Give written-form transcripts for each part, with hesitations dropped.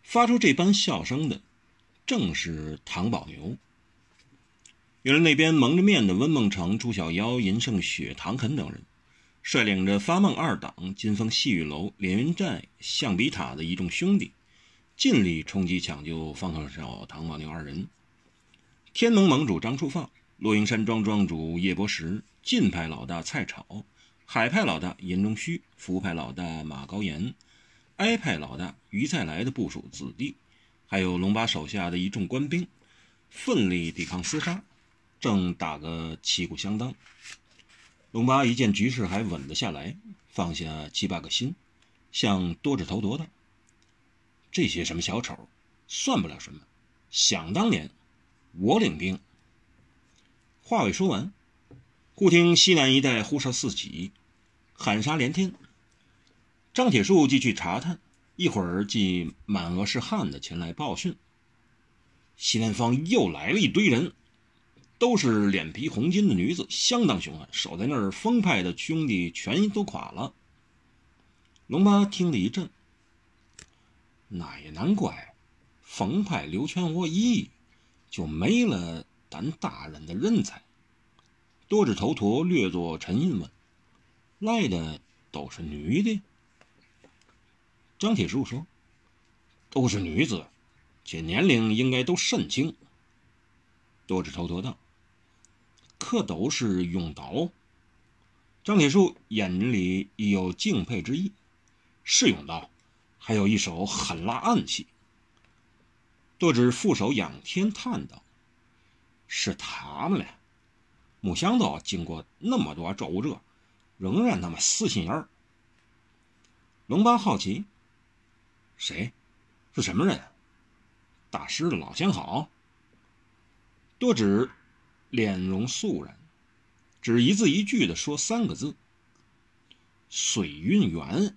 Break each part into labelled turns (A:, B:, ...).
A: 发出这般笑声的正是唐宝牛。原来那边蒙着面的温梦成、朱小妖、银胜雪、唐肯等人率领着发梦二党、金峰戏玉楼、连云寨、象鼻塔的一众兄弟，尽力冲击抢救方克绍、唐宝牛二人。天盟盟主张树放、洛英山庄庄主叶伯石、晋派老大蔡炒、海派老大严中虚、福派老大马高岩、哀派老大于再来的部属子弟，还有龙八手下的一众官兵，奋力抵抗厮杀，正打个旗鼓相当。龙八一见局势还稳得下来，放下7、8个心，向多指头夺道：“这些什么小丑，算不了什么。想当年，我领兵。”话未说完，忽听西南一带呼哨四起，喊杀连天。张铁树即去查探，一会儿即满额是汉的前来报讯，西南方又来了一堆人，都是脸皮红筋的女子，相当凶悍，守在那儿风派的兄弟全都垮了。龙八听了一震，那也难怪，风派刘全国一就没了咱大人的人才。多指头陀略作沉吟问：“来的都是女的？”张铁树说：“都是女子，且年龄应该都甚轻。”多指头陀道：“可都是用刀？”张铁树眼里已有敬佩之意：“是用刀，还有一手狠辣暗器。”多指负手仰天叹道：“是他们了，没想到经过那么多周折，仍然那么死心眼儿。”龙八好奇：“谁？是什么人？大师的老相好？”多指脸容肃然，只一字一句地说3个字：“岁云远。”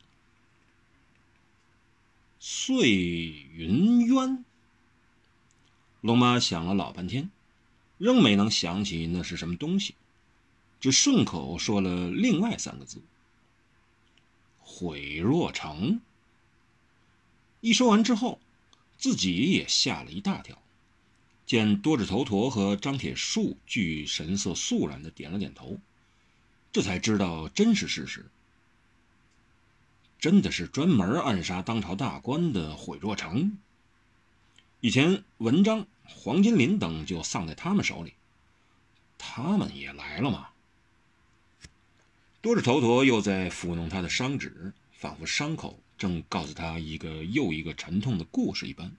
A: 岁云渊。龙妈想了老半天，仍没能想起那是什么东西，只顺口说了另外3个字：“毁若城。”一说完之后，自己也吓了一大跳，见多指头陀和张铁树俱神色肃然地点了点头，这才知道真是事实。真的是专门暗杀当朝大官的毁若城。以前文章、黄金林等就丧在他们手里，他们也来了吗？多指头陀又在抚弄他的伤指，仿佛伤口正告诉他一个又一个沉痛的故事一般。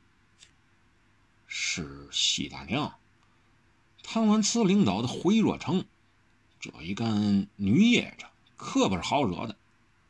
A: 是西大娘，唐完慈领导的毁若城，这一干女业者可不是好惹的。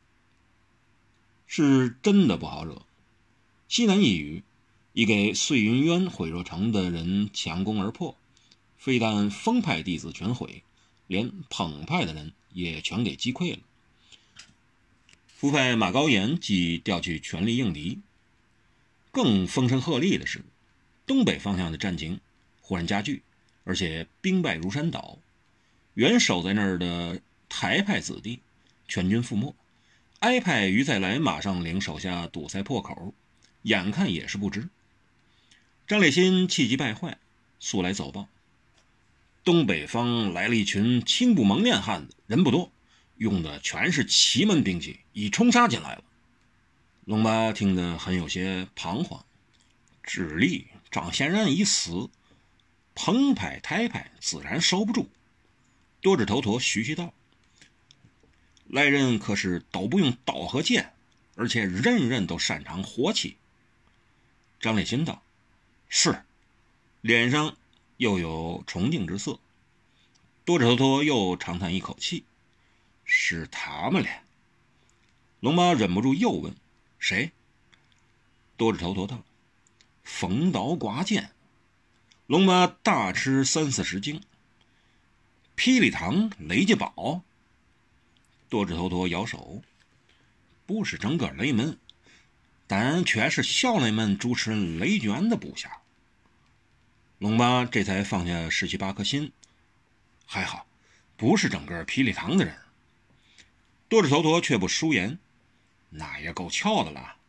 A: 是真的不好惹。西南一隅已给岁云渊毁若城的人强攻而破，非但风派弟子全毁，连捧派的人也全给击溃了。福派马高岩即调去全力应敌。更风声鹤唳的是，东北方向的战情忽然加剧，而且兵败如山倒。原守在那儿的台派子弟全军覆没，哀派于再来马上领手下堵塞破口，眼看也是不知。张烈新气急败坏，速来走报：东北方来了一群青布蒙面汉子，人不多，用的全是奇门兵器，已冲杀进来了。龙八听得很有些彷徨，智利张显然已死，彭派台派自然收不住。多指头陀徐徐道：来人可是都不用刀和剑，而且人人都擅长火器。张烈新道：是。脸上又有崇敬之色。多指头陀又长叹一口气：是他们了。龙妈忍不住又问：谁？多指头陀道：风刀刮剑。龙妈大吃3、40惊：霹雳堂雷家堡？多指头陀摇手：不是整个雷门，但却是小雷门主持人雷娟的部下。龙八这才放下17、8颗心，还好不是整个霹雳堂的人。多指头陀却不疏言：那也够巧的了，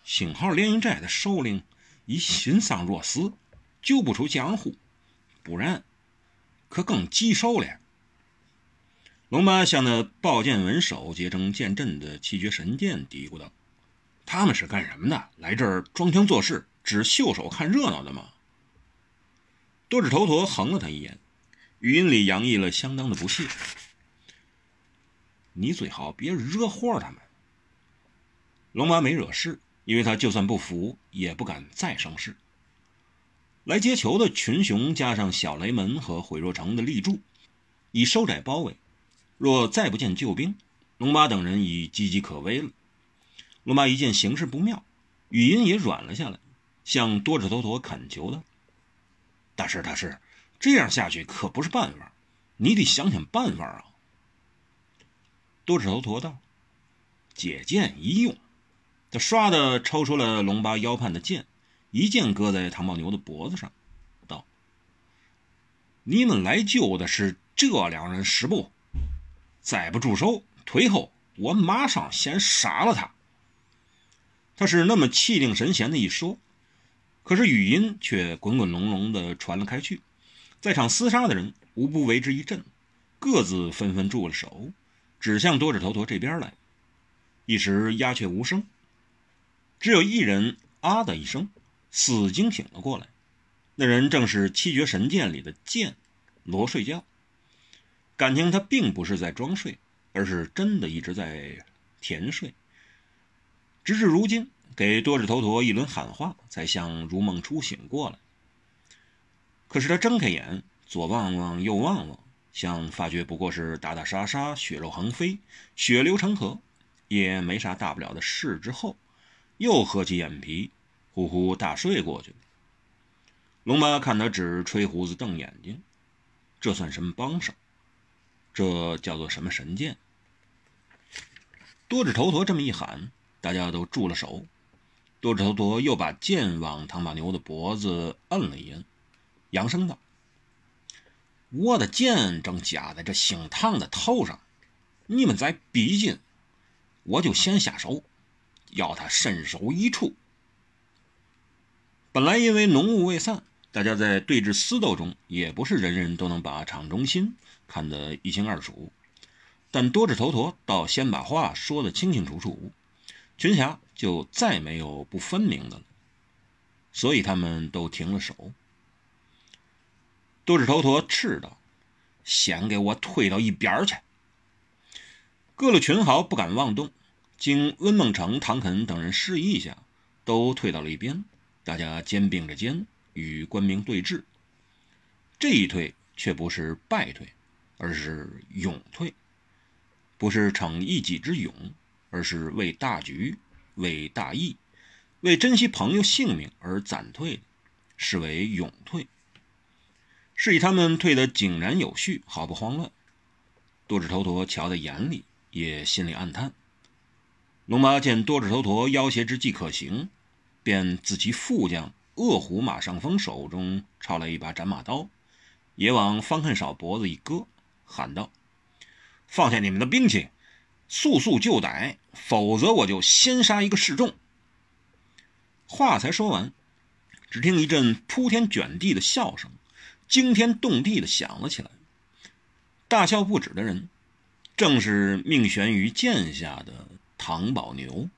A: 幸好连云寨的首领已新丧若死，救不出江湖，不然可更棘手了。龙妈向那抱剑稳手结成剑阵的七绝神剑嘀咕道：他们是干什么的？来这儿装腔作势，只袖手看热闹的吗？多指头陀横了他一眼，语音里洋溢了相当的不屑：你最好别惹祸他们。龙妈没惹事，因为他就算不服也不敢再生事。来接球的群雄加上小雷门和毁若城的立柱，已收窄包围，若再不见救兵，龙妈等人已岌岌可危了。龙妈一见形势不妙，语音也软了下来，向多指头陀恳求道：大师，这样下去可不是办法，你得想想办法啊。多指头陀道：解剑一用。他唰的抽出了龙八腰畔的剑，一剑搁在唐宝牛的脖子上，道：你们来救的是这两人是不？再不住手，退后，我马上先杀了他。他是那么气定神闲的一说，可是语音却滚滚隆隆的传了开去，在场厮杀的人无不为之一震，各自纷纷住了手，指向多指头陀这边来。一时鸦雀无声，只有一人啊的一声死惊醒了过来。那人正是七绝神剑里的剑罗睡觉，感情他并不是在装睡，而是真的一直在甜睡，直至如今给多指头陀一轮喊话，才像如梦初醒过来。可是他睁开眼，左望望右望望，像发觉不过是打打杀杀，血肉横飞，血流成河，也没啥大不了的事之后，又合起眼皮，呼呼大睡过去了。龙妈看他只吹胡子瞪眼睛，这算什么帮手？这叫做什么神剑？多指头陀这么一喊，大家都住了手。多指头陀又把剑往唐宝牛的脖子摁了一摁，扬声道：我的剑正夹在这姓唐的头上，你们再逼近，我就先下手，要他身首异处。本来因为浓雾未散，大家在对峙厮斗中也不是人人都能把场中心看得一清二楚，但多指头陀倒先把话说得清清楚楚，群侠就再没有不分明的了，所以他们都停了手。多指头陀斥道：先给我退到一边去。各路群豪不敢妄动，经温梦成、唐肯等人示意下，都退到了一边，大家肩并着肩与官兵对峙。这一退却不是败退，而是勇退，不是逞一己之勇，而是为大局、为大义、为珍惜朋友性命而暂退的，是为勇退。是以他们退得井然有序，毫不慌乱。多指头陀瞧在眼里，也心里暗叹。龙妈见多指头陀要挟之计可行，便自其副将恶虎马上风手中抄来一把斩马刀，也往方恨少脖子一搁，喊道：放下你们的兵器，速速就逮，否则我就先杀一个示众。话才说完，只听一阵铺天卷地的笑声惊天动地的响了起来。大笑不止的人，正是命悬于剑下的唐宝牛。